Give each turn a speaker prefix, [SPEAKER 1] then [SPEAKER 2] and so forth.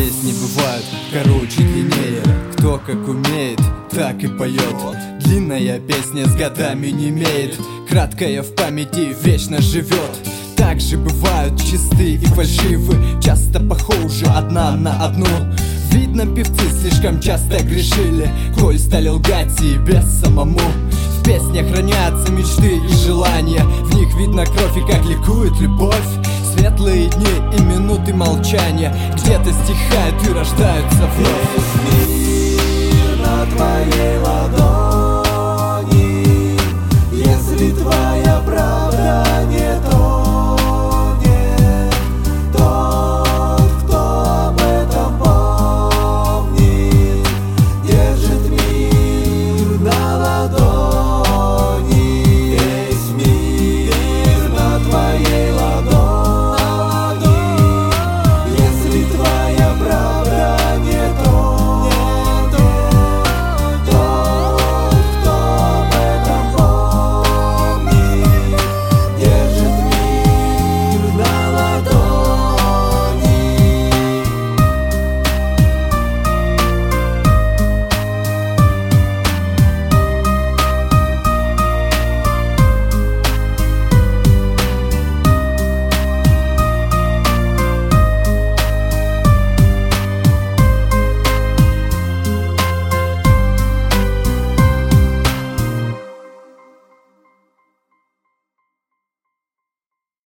[SPEAKER 1] песни бывают короче, длиннее. Кто как умеет, так и поет. Длинная песня с годами не имеет, краткая в памяти вечно живет. Также бывают чистые и фальшивы, часто похожи одна на одну. Видно, певцы слишком часто грешили, коль стали лгать себе самому. В песнях хранятся мечты и желания, в них видно кровь и как ликует любовь. Светлые дни и минуты молчания где-то стихают и рождаются вновь.
[SPEAKER 2] Весь мир на твоей ладони.